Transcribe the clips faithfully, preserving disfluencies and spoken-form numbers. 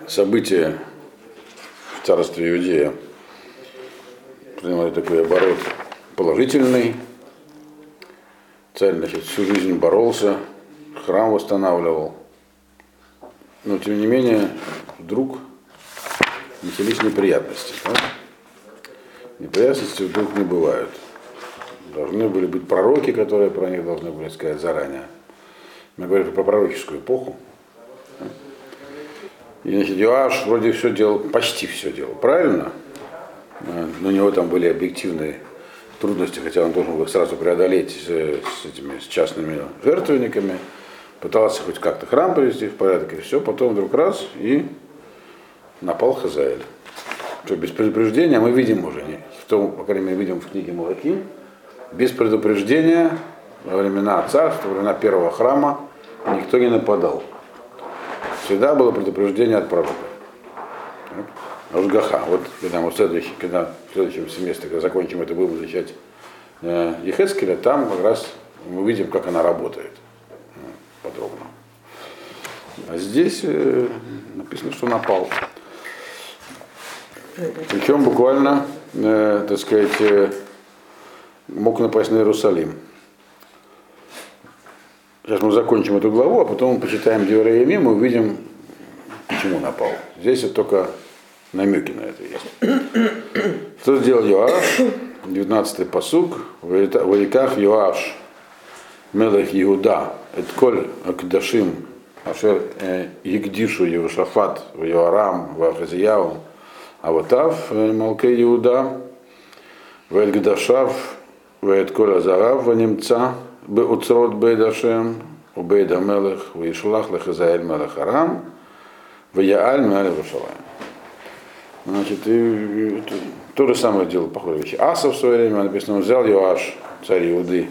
события в царстве Иудея принимали такой оборот положительный. Царь, значит, всю жизнь боролся, храм восстанавливал. Но, тем не менее, вдруг начались неприятности. Да? Неприятности вдруг не бывают. Должны были быть пророки, которые про них должны были сказать заранее. Мы говорим про пророческую эпоху. И, значит, Йоаш вроде все делал, почти все делал правильно. Но у него там были объективные трудности, хотя он должен был их сразу преодолеть с, с этими с частными жертвенниками. Пытался хоть как-то храм привести в порядок, и все. Потом вдруг раз, и напал Хазаэль. Что, без предупреждения мы видим уже, не, в том, по крайней мере, видим в книге Малахим, без предупреждения во времена царства, во времена первого храма никто не нападал. Всегда было предупреждение от пророка. Ашгаха. Вот когда мы в следующем, когда в следующем семестре, когда закончим это, будем изучать э, Ехескеля, там как раз мы видим, как она работает э, подробно. А здесь э, написано, что напал. Причем буквально, э, так сказать, э, мог напасть на Иерусалим. Сейчас мы закончим эту главу, а потом мы почитаем Деврей Ямим и увидим, почему напал. Здесь вот только намеки на это есть. Что сделал Йоаш? девятнадцатый пасук. В реках Йоаш мелех Иуда эт коль акдашим ашер егдишу Йеошафат в Йоарам в Ахазияу аватав малкей Иуда в Эльгдашав в эт коль азарав в немца беуцрот бейдашем у бейда мелех в Ишлах лехазаэль мелех Арам в Яаль мелех Иерушалаим. Значит, и, и, и, то же самое делал, похоже, вещи. Аса в свое время написано, он взял Йоаш, царь Иуды,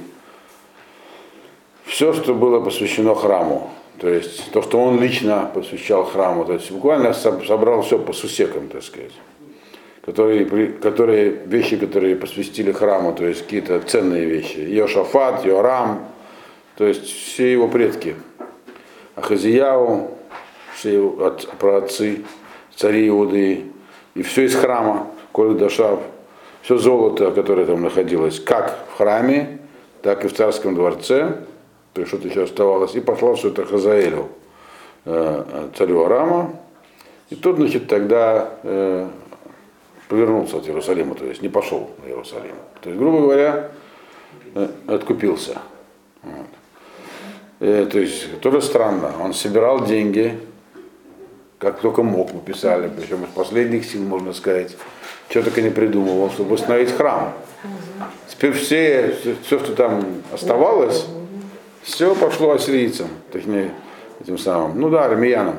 все, что было посвящено храму, то есть то, что он лично посвящал храму, то есть буквально собрал все по сусекам, так сказать, которые, которые, вещи, которые посвятили храму, то есть какие-то ценные вещи, Йошафат, Йорам, то есть все его предки, Ахазияу, все его праотцы, цари Иуды, и все из храма, Коль Дашав, все золото, которое там находилось, как в храме, так и в царском дворце, то есть что-то еще оставалось, и пошло все это Хазаэлю, царю Арама, и тот, значит, тогда э, повернулся от Иерусалима, то есть не пошел на Иерусалим. То есть, грубо говоря, э, откупился. Вот. Э, то есть, тоже странно, он собирал деньги, как только мог, мы писали, причем из последних сил, можно сказать, что только не придумывал, чтобы восстановить храм. Теперь все, все, что там оставалось, все пошло ассирийцам, точнее, этим самым, ну да, армянам.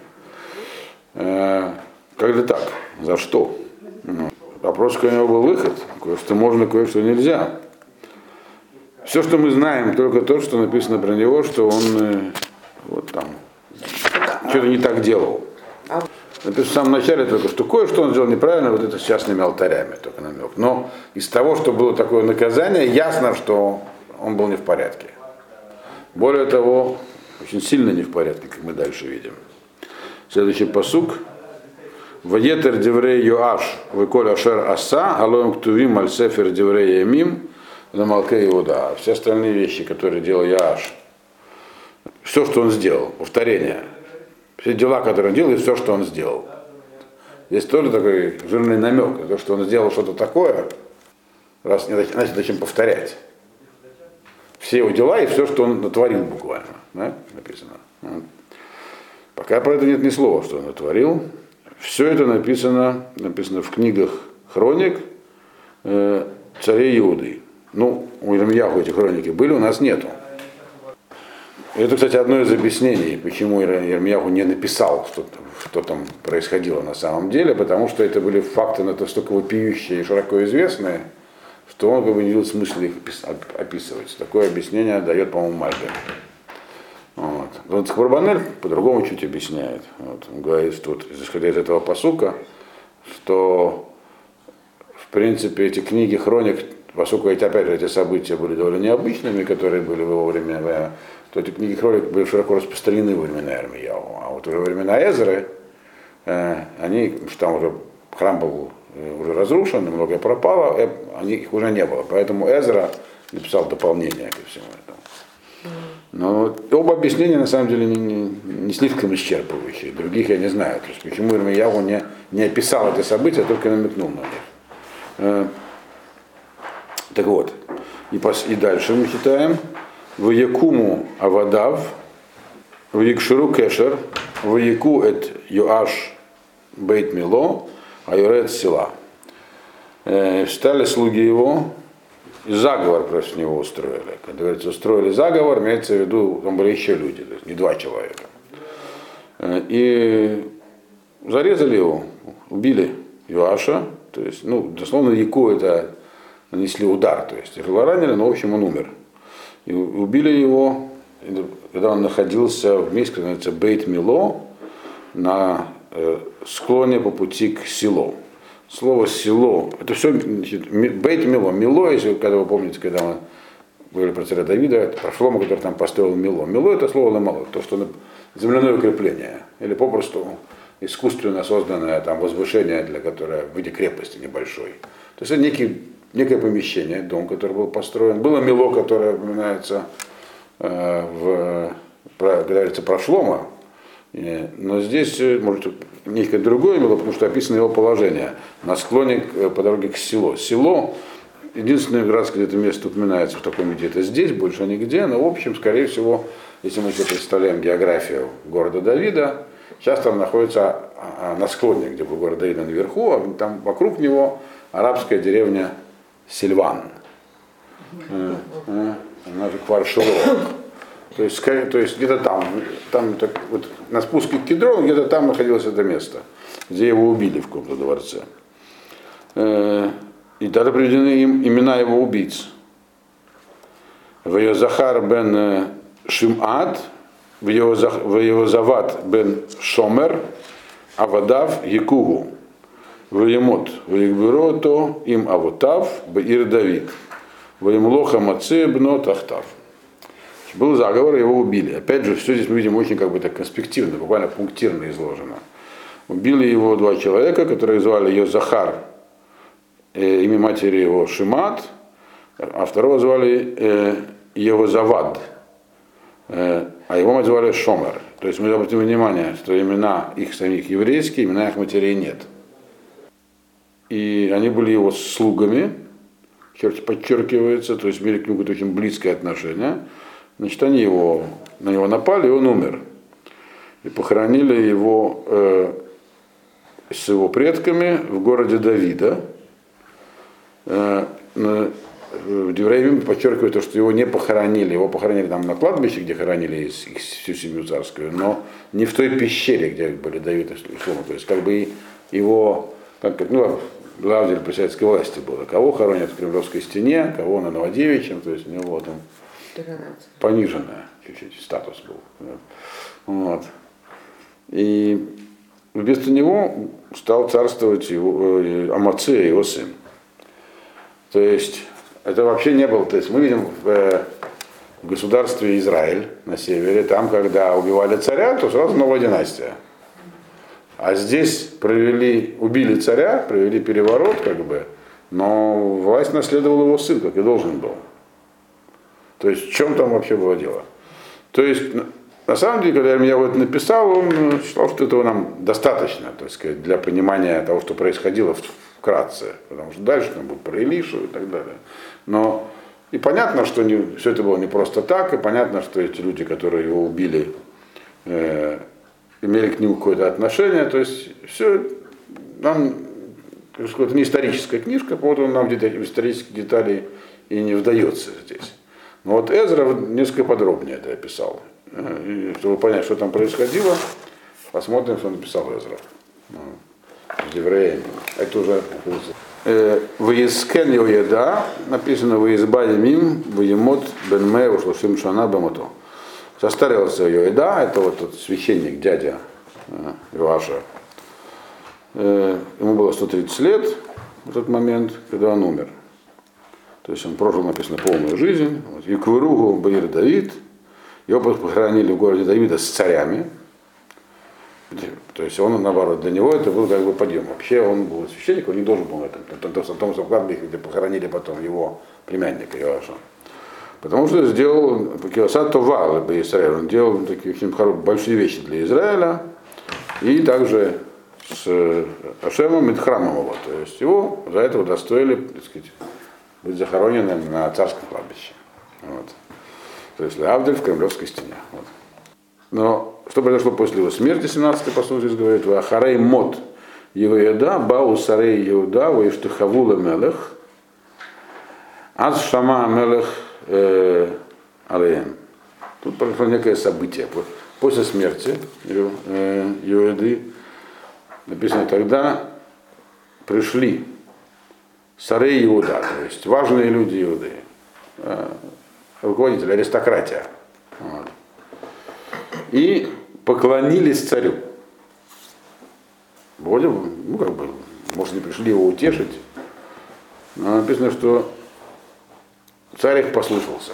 Э, как же так? За что? Ну, вопрос, у него был выход, кое-что можно, кое-что нельзя. Все, что мы знаем, только то, что написано про него, что он э, вот там что-то не так делал. Написано в самом начале только, что кое-что он сделал неправильно, вот это с частными алтарями, только намек. Но из того, что было такое наказание, ясно, что он был не в порядке. Более того, очень сильно не в порядке, как мы дальше видим. Следующий пасук. Ваетер деврей Йоаш веколь ашер аса, алоем ктувим аль сефер деврей ямим на малке Иуда. Все остальные вещи, которые делал Йоаш, все, что он сделал, повторение. Все дела, которые он делал, и все, что он сделал. Здесь тоже такой жирный намек на то, что он сделал что-то такое, раз не значит, зачем повторять. Все его дела и все, что он натворил буквально. Да? Написано. Вот. Пока про это нет ни слова, что он натворил. Все это написано, написано в книгах хроник э, царей Иуды. Ну, у Ирмияху эти хроники были, у нас нету. Это, кстати, одно из объяснений, почему Ирмияху не написал, что, что там происходило на самом деле, потому что это были факты настолько вопиющие и широко известные, что он как бы не видел смысла их описывать. Такое объяснение дает, по-моему, Мальбим. Вот. Вот Хабарбанель по-другому чуть объясняет. Вот. Он говорит, что вот, исходя из этого пасука, что в принципе эти книги хроник, поскольку эти, опять же, эти события были довольно необычными, которые были в его время, то эти книги хроник были широко распространены во времена Ирмияху. А вот во времена Эзры они, там уже храм был уже разрушен, многое пропало, они, их уже не было. Поэтому Эзра написал дополнение ко всему этому. Но оба объяснения на самом деле не, не, не слишком исчерпывающие. Других я не знаю. То есть, почему Ирмияху не, не описал это событие, а только намекнул на них. Э, так вот, и, пос, и дальше мы читаем. Ваякуму Авадав, Ваякширу Кешер, Ваяку эт Йоаш Бейт Мило, Айорет Сила. Э, встали слуги его, и заговор против него устроили. Когда говорится, устроили заговор, имеется в виду, там были еще люди, то есть не два человека. И зарезали его, убили Йоаша, то есть, ну, дословно Яку это нанесли удар, то есть его ранили, но в общем он умер. И убили его, когда он находился в месте, который называется Бейт Мило, на склоне по пути к селу. Слово село, это все Бейт Мило. Мило, если когда вы помните, когда мы говорили про царя Давида, это про Шлома, который там построил Мило. Мило это слово ламало, то, что земляное укрепление, или попросту искусственно созданное там возвышение, для которое в виде крепости небольшой. То есть это некий, некое помещение, дом, который был построен. Было Мило, которое упоминается э, в, про, когда говорится про Шлома. Но здесь, может, несколько другое было, потому что описано его положение на склоне по дороге к селу. Село, единственный раз, где это место упоминается в таком виде, это здесь, больше нигде, но в общем, скорее всего, если мы себе представляем географию города Давида, сейчас там находится на склоне, где был город Давида наверху, а там вокруг него арабская деревня Сильван. Она же Кваршилова. То есть, то есть где-то там, там так, вот, на спуске к Кедрону, где-то там находилось это место, где его убили в каком-то дворце. И тогда приведены им имена его убийц. Вайозахар бен Шимат, Вайозават бен Шомер, Авадав Якугу, Ваемот, Ваегбирото, им Авотав, Баир Давид, Ваемлоха Маце бно Тахтав. Был заговор, его убили. Опять же, все здесь мы видим очень как бы так конспективно, буквально пунктирно изложено. Убили его два человека, которые звали ее Захар, э, имя матери его Шимат, а второго звали э, его Завад, э, а его мать звали Шомер. То есть мы обратим внимание, что имена их самих еврейские, имена их матерей нет. И они были его слугами, подчеркивается, то есть имели к нему очень близкое отношение. Значит, они его, на него напали, и он умер. И похоронили его э, с его предками в городе Давида. Э, в Девраимим подчеркивает то, что его не похоронили. Его похоронили там на кладбище, где хоронили их, всю семью царскую, но не в той пещере, где были Давид и Шломо. То есть как бы его, как, ну, главдель при советской власти было. Кого хоронят в Кремлевской стене, кого на Новодевичьем, то есть у него там пониженная чуть-чуть статус был. Вот. И вместо него стал царствовать его, Амацея, его сын. То есть это вообще не было. То есть мы видим в, в государстве Израиль на севере, там, когда убивали царя, то сразу новая династия. А здесь провели, убили царя, провели переворот, как бы, но власть наследовал его сын, как и должен был. То есть в чем там вообще было дело? То есть, на самом деле, когда я меня вот написал, он считал, что этого нам достаточно, так сказать, для понимания того, что происходило вкратце. Потому что дальше там будут про Илишу и так далее. Но и понятно, что не, все это было не просто так, и понятно, что эти люди, которые его убили, э, имели к нему какое-то отношение. То есть все нам, это не историческая книжка, поэтому нам в исторические детали и не вдается здесь. Но вот Эзра несколько подробнее это описал. И чтобы понять, что там происходило, посмотрим, что написал Эзра. Евреями. Это уже Ваискен Йоеда, написано Ваисбаемим, Ваемот Бенме Ушлушим Шана Бамото. Состарился Йоеда, это вот тот священник, дядя Йоаша. Ему было сто тридцать лет в тот момент, когда он умер. То есть он прожил, написано, полную жизнь. Вот. И Квиругу Баир Давид. Его похоронили в городе Давида с царями. То То есть он, наоборот, для него это был как бы подъем. Вообще он был священник, он не должен был на этом. На том кладбище, где похоронили потом его племянника Иоаша. Потому что сделал Киосат Това для Израиля. Он делал такие очень большие вещи для Израиля. И также с Ашемом и храмом его. То есть его за это удостоили, так сказать, быть захороненным на царском кладбище. Вот. То есть Авдель в Кремлевской стене. Вот. Но что произошло после его смерти, семнадцатый посол здесь говорит, Вахарей мот Евоеда, Бау Сарей Иуда, Ваиштухавула Мелех, Аз Шама Мелех Алеем. Тут произошло некое событие. После смерти Иуды, написано, тогда пришли Сарей Иуда, то есть важные люди Иуды, руководители, аристократия. Вот. И поклонились царю. Вроде, ну как бы, может, не пришли его утешить, но написано, что царь их послушался.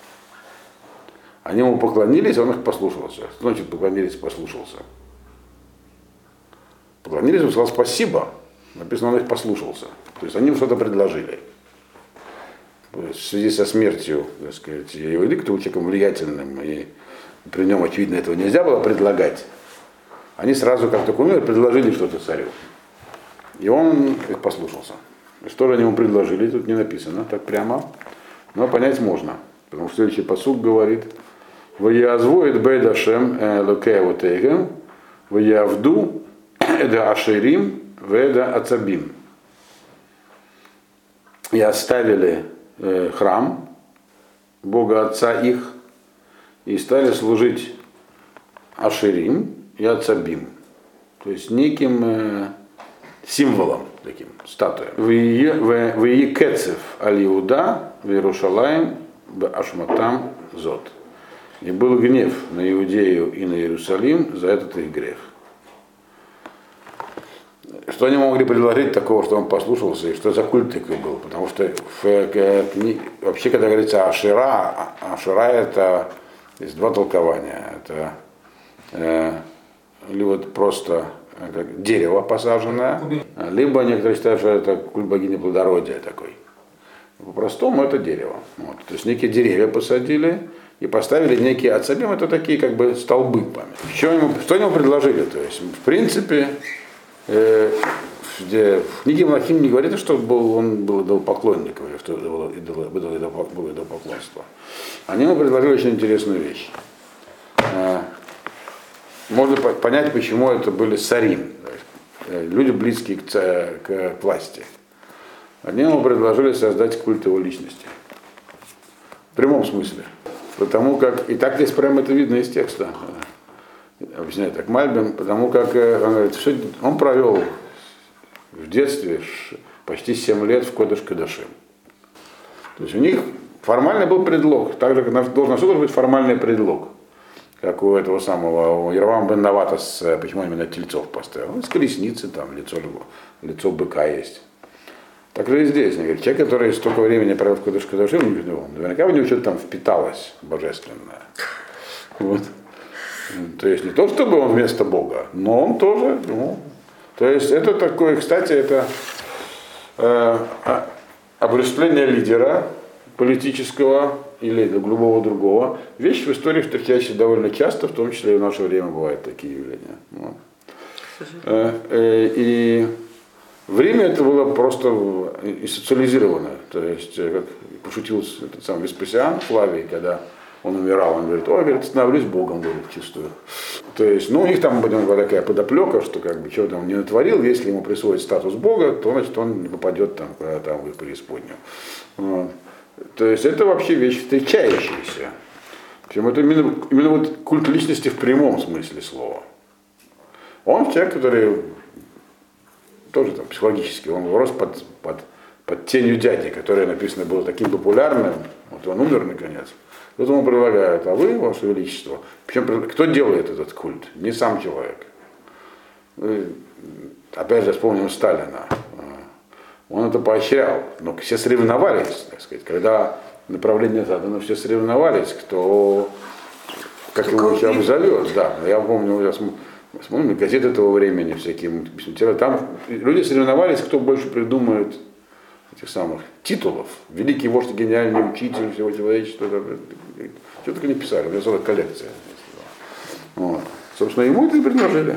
Они ему поклонились, а он их послушался. Что значит поклонились, послушался? Поклонились, он сказал спасибо. Написано, он их послушался. То есть они ему что-то предложили. В связи со смертью, так сказать, Иуды, кто был человеком влиятельным, и при нем, очевидно, этого нельзя было предлагать. Они сразу, как только умерли, предложили что-то царю. И он их послушался. И что же они ему предложили, тут не написано так прямо, но понять можно. Потому что следующий пасук говорит, «Ваязвоит бейдашем локеевотейгем, ваявду эда ашерим веда ацабим». И оставили э, храм Бога Отца их и стали служить Ашерим и Ацабим, то есть неким э, символом, таким, статуей. В Екецев аль-Иуда в Иерушалаим б Ашматам зод. И был гнев на Иудею и на Иерусалим за этот их грех. Что они могли предложить такого, что он послушался, и что за культ такой был? Потому что в, в, вообще, когда говорится Ашера, Ашера это есть два толкования. Это э, либо просто как дерево посаженное, либо некоторые считают, что это культ богини плодородия такой. По-простому это дерево. Вот. То есть некие деревья посадили и поставили некие ацабим, это такие как бы столбы памяти. Что ему, что ему предложили? То есть, в принципе, где в книге Малахим не говорится, что был, он был идолопоклонником, или что было идолопоклонство. Они ему предложили очень интересную вещь. Можно понять, почему это были сарим, люди, близкие к, к власти. Они ему предложили создать культ его личности. В прямом смысле. Потому как, и так здесь прямо это видно из текста. Объясняет так Мальбим, потому как он говорит, что он провел в детстве почти семь лет в Кодеш-Кодашим. То есть у них формально был предлог, так же, как должен должен быть формальный предлог, как у этого самого, у Яровама бен Навата, с, почему именно тельцов поставил. Ну, с колесницы, там, лицо, лицо быка есть. Так же и здесь. Говорит, человек, который столько времени провел в Кодеш-Кодашим, наверняка у него что-то там впиталось божественное. Вот. То есть не то, чтобы он вместо Бога, но он тоже, ну, то есть это такое, кстати, это э, обращение лидера политического или любого другого. Вещь в истории встречающаяся довольно часто, в том числе и в наше время бывают такие явления. Вот. Э, э, и в Риме это было просто и социализировано. То есть, как пошутил этот сам Веспасиан Флавий, когда он умирал, он говорит, ой, говорит, становлюсь Богом, говорит, чувствую. То есть, ну, у них там будем говорить, такая подоплека, что как бы что-то он не натворил, если ему присвоить статус Бога, то значит он не попадет там куда-то в преисподнюю. Вот. То есть это вообще вещь встречающаяся. Причем это именно, именно вот культ личности в прямом смысле слова. Он человек, который тоже там психологически, он рос под, под, под тенью дяди, которое написано было таким популярным, вот он умер наконец. Тут ему предлагают, а вы, Ваше Величество, причем кто делает этот культ? Не сам человек. Опять же, вспомним Сталина. Он это поощрял, но все соревновались, так сказать, когда направление задано, все соревновались, кто, как его сейчас зовет, да. Я помню, Смотрим газеты этого времени, всякие там люди соревновались, кто больше придумает этих самых титулов. Великий вождь, гениальный учитель всего человечества. Что только не писали, у меня целая коллекция. Вот. Собственно, ему это и предложили.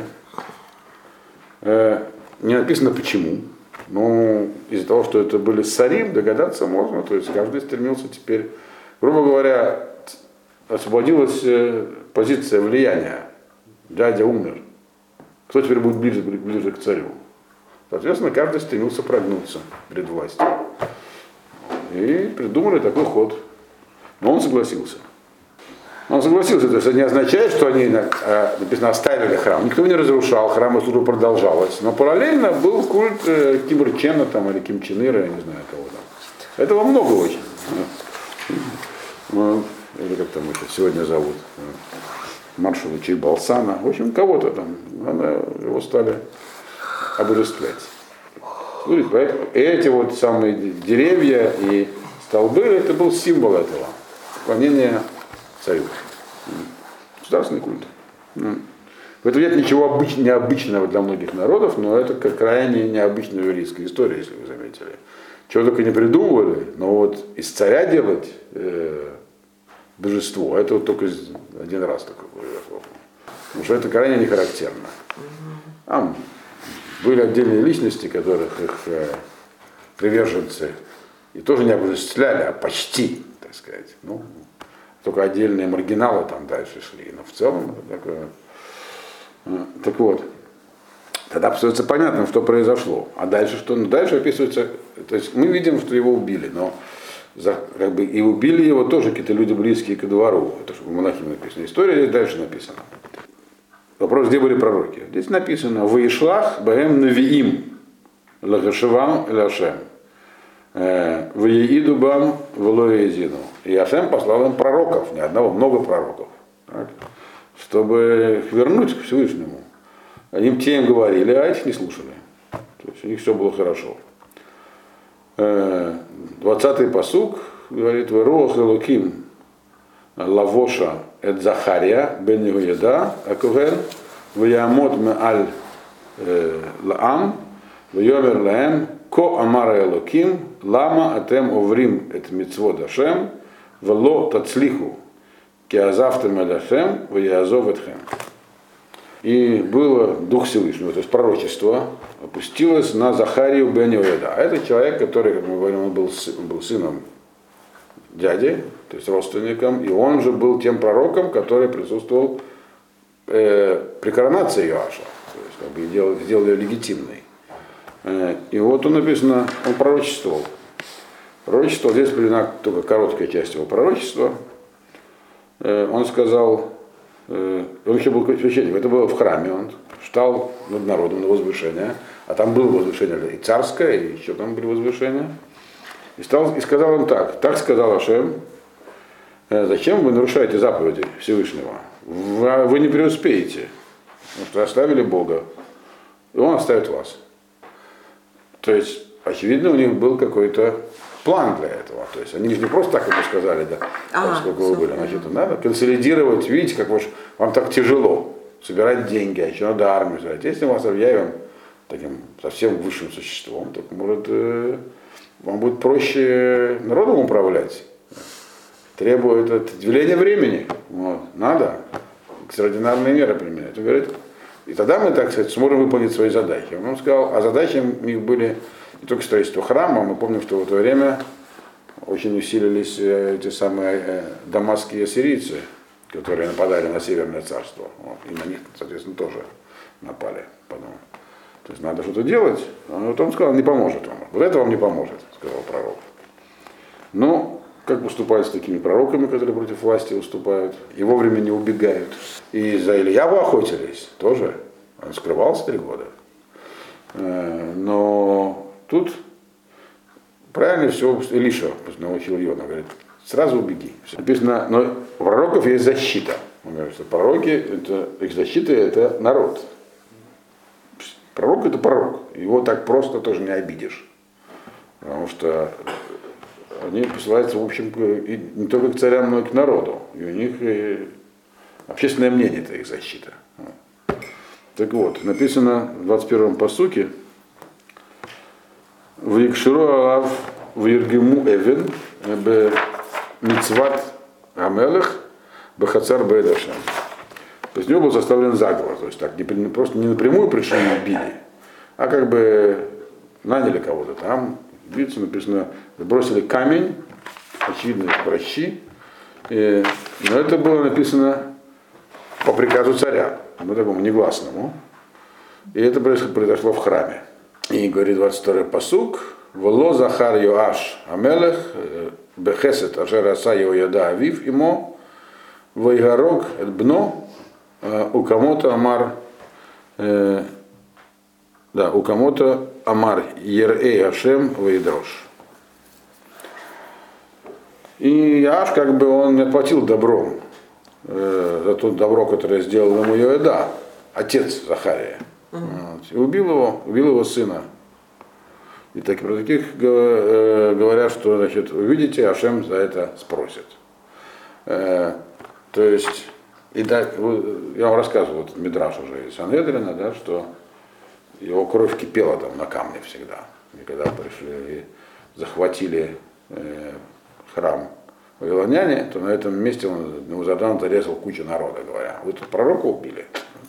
Э, не написано почему. Но из-за того, что это были сарим, догадаться можно. То есть каждый стремился теперь, грубо говоря, освободилась позиция влияния. Дядя умер. Кто теперь будет ближе, ближе к царю? Соответственно, каждый стремился прогнуться перед властью. И придумали такой ход. Но он согласился. Он согласился, то есть это не означает, что они, написано, оставили храм. Никто не разрушал, храмовая служба продолжалась. Но параллельно был культ Ким Ир Чена там, или Ким Чен Ира, я не знаю кого там. Этого много очень. Или как там это сегодня зовут. Маршала Чайбалсана. В общем, кого-то там. Его стали обожествлять. Эти вот самые деревья и столбы, это был символ этого. Поклонение царю. Государственный культ. В этом нет ничего обыч... необычного для многих народов, но это как крайне необычная еврейская история, если вы заметили. Чего только не придумывали, но вот из царя делать э, божество, это вот только один раз такое произошло. Потому что это крайне не характерно. Там были отдельные личности, которых их э, приверженцы и тоже не обожествляли, а почти, так сказать. Ну, только отдельные маргиналы там дальше шли. Но в целом такое. Так вот, тогда становится понятно, что произошло. А дальше что? Ну, дальше описывается, то есть мы видим, что его убили, но за, как бы, и убили его тоже какие-то люди близкие к двору. Это же в Монахиме написано. История здесь дальше написана. Вопрос, где были пророки? Здесь написано: «Ваишлах баэм навиим лагашевам ляшем, ваииду бам влоезину». И Ашем послал им пророков, не одного, много пророков, так, чтобы их вернуть к Всевышнему. Им те им говорили, а этих не слушали. То есть у них все было хорошо. Двадцатый пасук говорит: «Веруах элоким лавоша эт Захария бен Йеда акувен ваямот меаль лаам вайомер лаэм ко амара элоким лама атем оврим эт мицвод Ашем вело тацлиху киазавтем эль Ашем ваязов этхем». И было Дух Всевышнего, то есть пророчество, опустилось на Захарию бен Йеда. А это человек, который, как мы говорим, он был, он был сыном дяди, то есть родственником, и он же был тем пророком, который присутствовал э, при коронации Иоаша, то есть как бы сделал, сделал ее легитимной. Э, и вот он написано, он пророчествовал. Пророчество, здесь приведена только короткая часть его пророчества. Э, он сказал, э, он еще был священник, это было в храме, он встал над народом на возвышение, а там было возвышение и царское, и еще там были возвышения. И, стал, и сказал им так: так сказал Ашем, зачем вы нарушаете заповеди Всевышнего? Вы, вы не преуспеете, потому что оставили Бога, и Он оставит вас. То есть, очевидно, у них был какой-то план для этого. То есть они не просто так ему сказали, да, а, сколько вы были. Значит, надо консолидировать, видите, как вы, вам так тяжело собирать деньги, а еще надо армию собирать. Если мы вас объявим таким совсем высшим существом, так может вам будет проще народом управлять. Требует отделения времени. Вот. Надо экстраординарные меры применять. Он говорит, и тогда мы, так сказать, сможем выполнить свои задачи. Он сказал, а задачи у них были не только строительство храма. Мы помним, что в это время очень усилились эти самые дамасские ассирийцы, которые нападали на Северное царство. Вот. И на них, соответственно, тоже напали потом. То есть надо что-то делать. А вот он сказал, не поможет вам. Вот это вам не поможет, сказал пророк. Но как поступают с такими пророками, которые против власти выступают, и вовремя не убегают. И за Ильяву охотились тоже. Он скрывался три года. Но тут правильно все Илиша научил Йона. Говорит, сразу убеги. Написано, но у пророков есть защита. Он говорит, что пророки, это, их защита это народ. Пророк это пророк. Его так просто тоже не обидишь. Потому что они посылаются, в общем, не только к царям, но и к народу. И у них и общественное мнение это их защита. То Так вот, написано в двадцать первом пасуке: в Икширу Алав в Ергему Эвен б Мицват Амелех Бахацар Бэдашем. То есть у него был составлен заговор, то есть так, не, просто не напрямую пришли и убили, а как бы наняли кого-то там, видите, написано, бросили камень, очевидно, прощи, и, но это было написано по приказу царя, ну такому негласному, и это произошло в храме. И говорит двадцать второй пасук: «Воло Захар Йоаш Амелех бехесет ашер аса Йеhoяда авив имо вайгарог эт бно у кому-то амар да у кому-то амар ерэй Ашем вайдрош». И Яаш как бы он не отплатил добром э, за то добро, которое сделал ему Йеhoяда, отец Захария. Uh-huh. Вот. И убил его, убил его сына. И так, про таких э, говорят, что, значит, увидите, Ашем за это спросит. Э, то есть, и так, я вам рассказывал, вот Мидраш уже из Сангедрина, да, что его кровь кипела там на камне всегда. И когда пришли и захватили э, храм вавилоняне, то на этом месте он Навузардан зарезал кучу народа, говоря: вы тут пророка убили,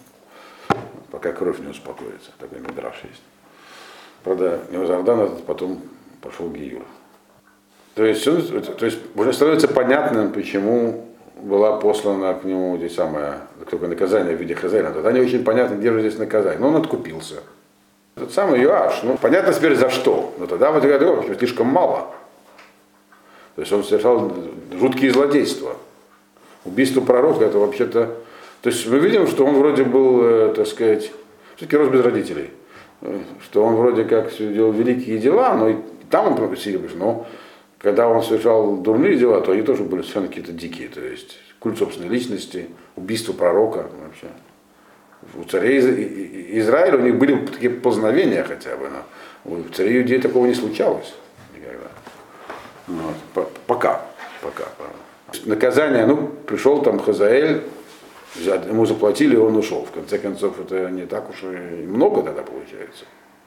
пока кровь не успокоится. Такой мидраш есть. Правда, Навузардан этот потом пошел в Гиюр. То есть, он, то есть уже становится понятным, почему была послана к нему здесь самое такое наказание в виде хозяина. Тогда не очень понятно, где же здесь наказание. Но он откупился. Тот самый Йоаш, ну понятно теперь за что. Но тогда вот говорят, слишком мало. То есть он совершал жуткие злодейства. Убийство пророка — это вообще-то... То есть мы видим, что он вроде был, э, так сказать, все-таки рос без родителей. Э, что он вроде как делал великие дела, но и там он усиливался. Но когда он совершал дурные дела, то они тоже были совершенно какие-то дикие. То есть культ собственной личности, убийство пророка вообще. У царей Израиля у них были такие познавения хотя бы, но у царей Иудеи такого не случалось никогда. Вот. Пока, пока. Наказание, ну, пришел там Хазаэль, ему заплатили, и он ушел. В конце концов, это не так уж и много тогда получается.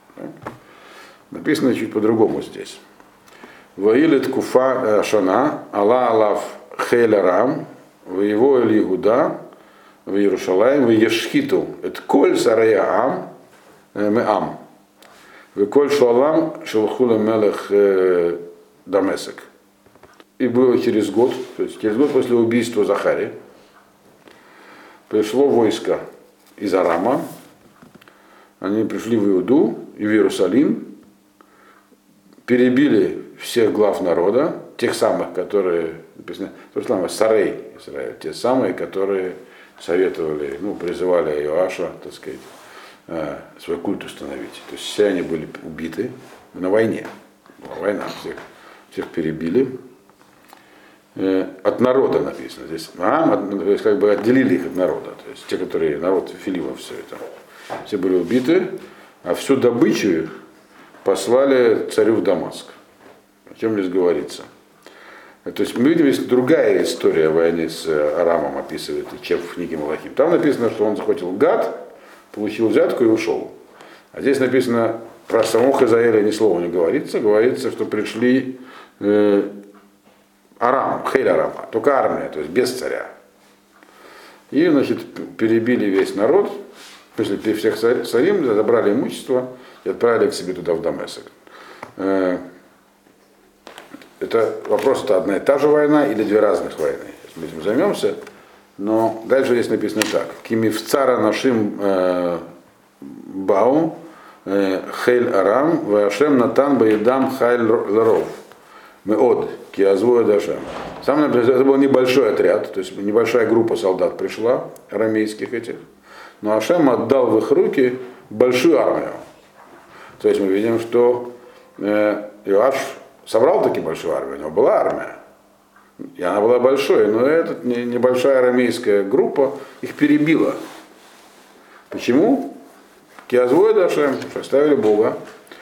Написано чуть по-другому здесь. Ваилет куфа шана, Алла Алав Хейларам, воево Эли Игуда, в Иерушалаем, в Ешхиту, это коль сарая ам, меам, в коль шуалам шелхула мелех Дамесек. И было через год, то есть через год после убийства Захари, пришло войско из Арама, они пришли в Иуду и в Иерусалим, перебили всех глав народа, тех самых, которые, написано, то же самое, Сарей Израиль, те самые, которые советовали, ну, призывали Йоаша, так сказать, свой культ установить. То есть все они были убиты на войне. Была война, всех, всех перебили. От народа написано здесь. А, то есть как бы отделили их от народа. То есть те, которые, народ Филимов, все это. Все были убиты, а всю добычу их послали царю в Дамаск. О чем здесь говорится? То есть мы видим, есть другая история войны с Арамом описывает, чем в книге Малахим. Там написано, что он захватил Гад, получил взятку и ушел. А здесь написано, про самого Хазаэля ни слова не говорится. Говорится, что пришли э, Арам, Хейль Арама, только армия, то есть без царя. И, значит, перебили весь народ, после всех царим, забрали имущество и отправили к себе туда, в Дамаск. Э, Это вопрос, это одна и та же война или две разных войны. Сейчас мы этим займемся. Но дальше здесь написано так. Кимивцара нашим э, бау э, хейль арам вашем натан баедам хайль ларов. Мы от киазвоя дашем. Сам, например, это был небольшой отряд, то есть небольшая группа солдат пришла, арамейских этих. Но Ашем отдал в их руки большую армию. То есть мы видим, что э, Йоаш собрал таки большую армию, у него была армия, и она была большой, но эта небольшая арамейская группа их перебила. Почему? Киазвой Дашем, что оставили Бога,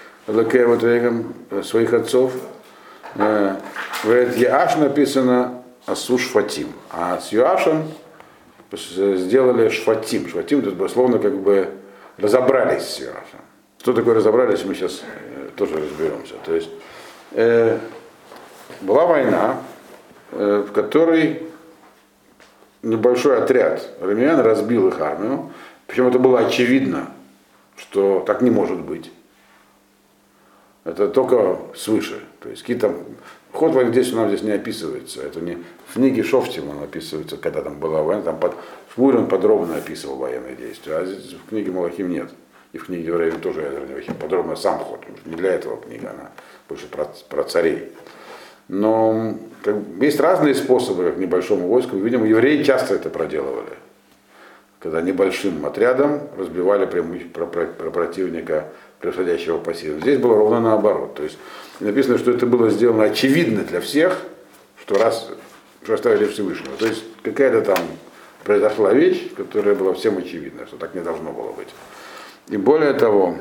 своих отцов. В Яаш написано Асу Шфатим, а с Йоашем сделали Шфатим. Шфатим, это дословно как бы разобрались все. Что такое разобрались, мы сейчас э, тоже разберемся. То есть э, была война, э, в которой небольшой отряд арамеян разбил их армию. Причем это было очевидно, что так не может быть. Это только свыше. То есть какие-то ход войны здесь у нас здесь не описывается. Это не в книге Шофтима описывается, когда там была война. Там под, Шмуль он подробно описывал военные действия, а здесь в книге Малахим нет. И в книге Девреев тоже очень подробно сам ход. Не для этого книга, она больше про, про царей. Но как, есть разные способы к небольшому войску. Видимо, евреи часто это проделывали. Когда небольшим отрядом разбивали преимущ... про, про, про противника, превосходящего по силе. Здесь было ровно наоборот. То есть написано, что это было сделано очевидно для всех, что раз что оставили Всевышнего. То есть какая-то там произошла вещь, которая была всем очевидна, что так не должно было быть. И более того,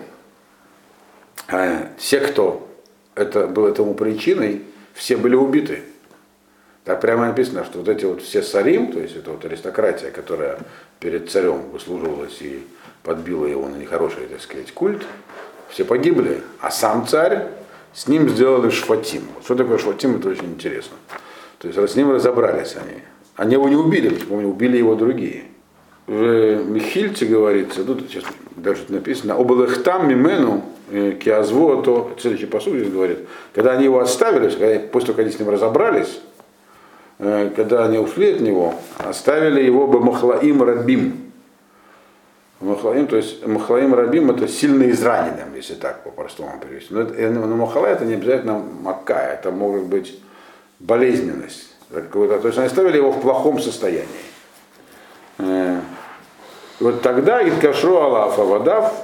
все, кто это был этому причиной, все были убиты. Так прямо написано, что вот эти вот все сарим, то есть это вот аристократия, которая перед царем выслуживалась и подбила его на нехороший, так сказать, культ, все погибли, а сам царь, с ним сделали шфатим. Что такое шфатим, это очень интересно. То есть с ним разобрались они. Они его не убили, помню, убили его другие. В Михильте говорится, тут сейчас даже написано, обалехтам мимену киазву, то следующий посуд здесь говорит, когда они его оставили, когда, после того, как они с ним разобрались, когда они ушли от него, оставили его бы махлаим рабим. Махлаим, то есть махлаим рабим это сильно израненным, если так по-простому перевести. Но, это, но махала это не обязательно мака, это может быть болезненность. То есть они оставили его в плохом состоянии. И вот тогда Иткашру Алаф Авадав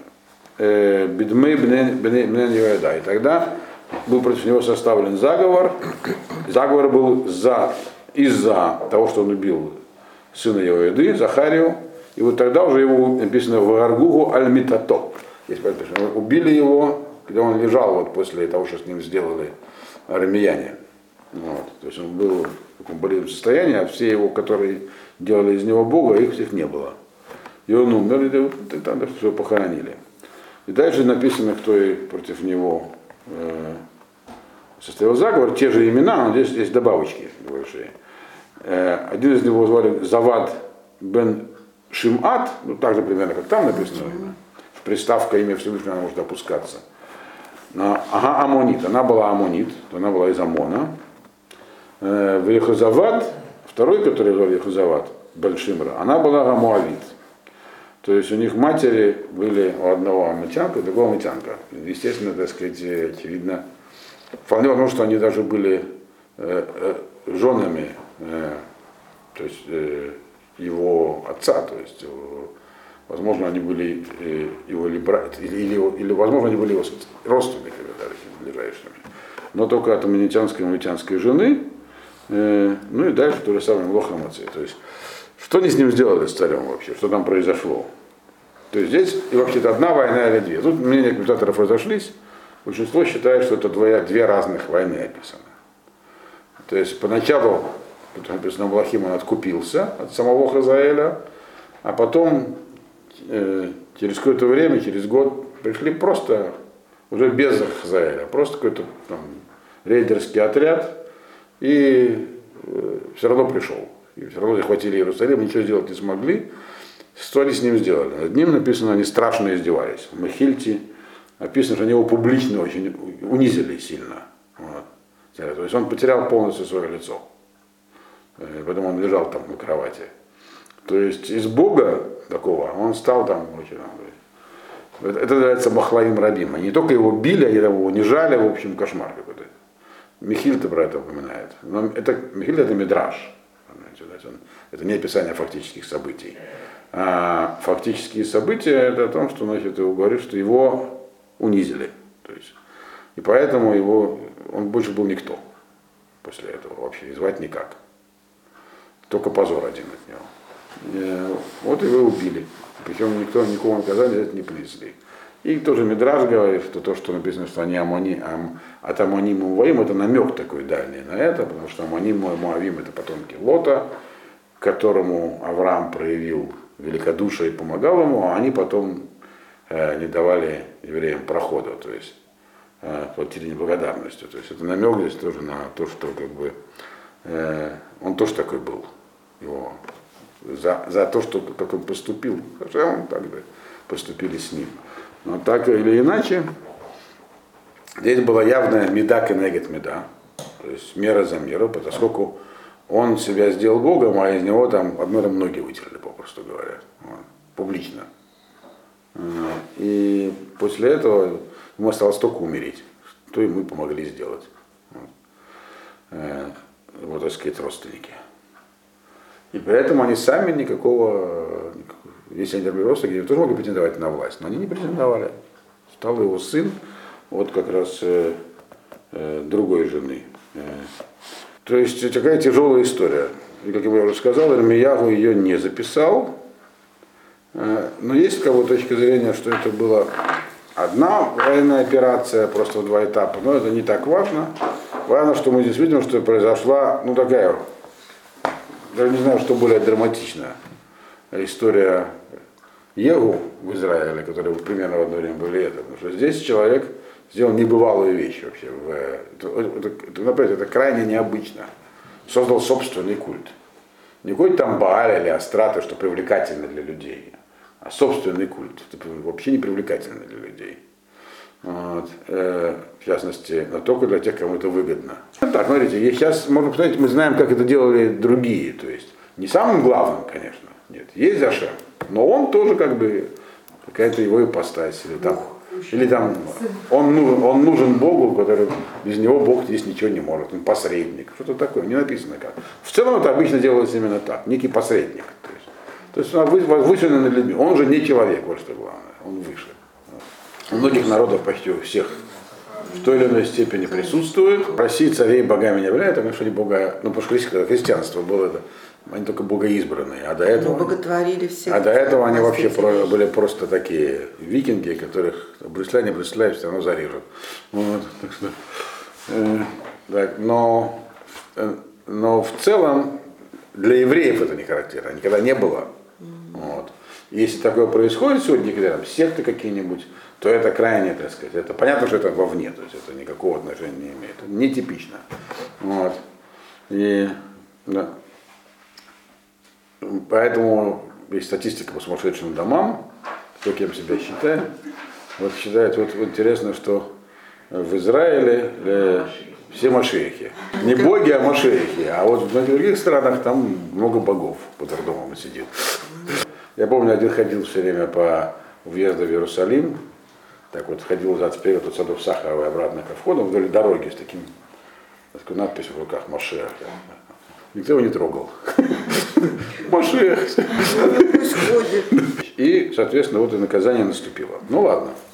Бидмей Бнен Йоэда. И тогда был против него составлен заговор. Заговор был за, из-за того, что он убил сына Йоэды, Захарию. И вот тогда уже его написано в Аргугу Аль-Митато. Убили его, когда он лежал вот после того, что с ним сделали арамеяне. Вот. То есть он был в таком болезненном состоянии, а все его, которые делали из него Бога, их всех не было. И он умер, и там все похоронили. И дальше написано, кто и против него э, состоял заговор, те же имена, но здесь есть добавочки большие. Э, один из него звали Завад бен Шимат, ну так же примерно, как там написано, приставка имя Всевышнего она может опускаться. Но, ага, Амонит, она была Амонит, она была из Амона. Э, в Ехозават, второй, который звал Ехозават, Бальшимра, она была Гамуавит. То есть у них матери были у одного амитянка, у другого амитянка. Естественно, так сказать, очевидно, вполне возможно, что они даже были э, э, женами, э, то есть э, его отца, то есть, э, возможно, они были э, его или братья, или, или, или, возможно, они были его родственниками, даже ближайшими. Но только от амитянской амитянской жены, э, ну и дальше то же самое Лохамаци. То есть, что они с ним сделали, с царем вообще, что там произошло? То есть здесь и вообще-то одна война или две. Тут мнения комментаторов разошлись. Большинство считает, что это две, две разных войны описаны. То есть поначалу, тут написано, Малахим он откупился от самого Хазаэля, а потом э, через какое-то время, через год, пришли просто уже без Хазаэля, просто какой-то там рейдерский отряд, и э, все равно пришел. И все равно захватили Иерусалим, ничего сделать не смогли. Что они с ним сделали? Над ним написано, они страшно издевались. В Махильте написано, что они его публично очень унизили сильно. Вот. То есть он потерял полностью свое лицо. Поэтому он лежал там на кровати. То есть из Бога такого он стал там очень... Это, это называется Махлаим Рабим. Они не только его били, они его унижали, в общем, кошмар какой-то. Михильта про это упоминает. Но это, Михильта это мидраш. Это не описание фактических событий. А фактические события это о том, что значит, его говорит, что его унизили. То есть, и поэтому его, он больше был никто после этого вообще, и звать никак. Только позор один от него. И, вот его убили. Причем никто, никакого наказания за это не принесли. И тоже Мидраш говорит, что то, что написано, что они Амони, ам, от Амоним и Муавим, это намек такой дальний на это, потому что Амоним и Муавим это потомки Лота, которому Авраам проявил великодушие и помогал ему, а они потом э, не давали евреям прохода, то есть э, платили неблагодарностью. То есть это намек здесь тоже на то, что как бы э, он тоже такой был. Его, за, за то, что как он поступил, хотя он так бы поступили с ним. Но так или иначе, здесь была явная меда кенегет меда, то есть мера за меру, поскольку он себя сделал Богом, а из него там одно там ноги вытерли, попросту говоря, вот, публично. И после этого ему осталось только умереть, что ему помогли сделать. Вот, вот, так сказать, родственники. И поэтому они сами никакого, если они были родственники, тоже могли претендовать на власть, но они не претендовали. Стал его сын, вот как раз э, э, другой жены. То есть такая тяжелая история. И, как я уже сказал, Ирмияху ее не записал. Но есть как бы точка зрения, что это была одна военная операция, просто в два этапа. Но это не так важно. Важно, что мы здесь видим, что произошла, ну такая, даже не знаю, что более драматичная история Егу в Израиле, который примерно в одно время были это. Потому что здесь человек сделал небывалую вещь вообще. Это, это, это, опять, это крайне необычно. Создал собственный культ. Не какой-то там Бааль или Астрата, что привлекательно для людей, а собственный культ. Это вообще не привлекательно для людей. Вот. Э, в частности, но только для тех, кому это выгодно. Так, смотрите, сейчас, можно посмотреть, мы знаем, как это делали другие. То есть не самым главным, конечно. Нет, есть Ашем. Но он тоже как бы какая-то его ипостась. Или там, или там он, нужен, он нужен Богу, который без него Бог здесь ничего не может. Он посредник. Что-то такое, не написано как. В целом это обычно делается именно так. Некий посредник. То есть, то есть он возвышенный над людьми. Он же не человек, вот что главное. Он выше. У многих народов, почти у всех, в той или иной степени присутствует. В России царей богами не являются, потому что они бога, ну, потому что христианство было это. Они только богоизбранные, а до этого, боготворили всех, а до этого они вообще про, были просто такие викинги, которых брюсля не брюсля все равно зарежут. Вот, так что, э, так, но, э, но в целом для евреев это не характерно, никогда не было. Mm-hmm. Вот. Если такое происходит сегодня, когда там секты какие-нибудь, то это крайне, так сказать, это понятно, что это вовне, то есть это никакого отношения не имеет, это нетипично. Вот. И, да. Поэтому есть статистика по сумасшедшим домам, кто кем себя считает. Вот считают, вот, вот интересно, что в Израиле э, все машиихи. Не боги, а машиихи. А вот в других странах там много богов под домом сидит. Я помню, один ходил все время по въезду в Иерусалим. Так вот ходил взад вперед от садов Сахарова и обратно ко входу вдоль дороги с таким, с такой надписью в руках «Машиах». Никто его не трогал. Машиах. И, соответственно, вот и наказание наступило. Ну ладно.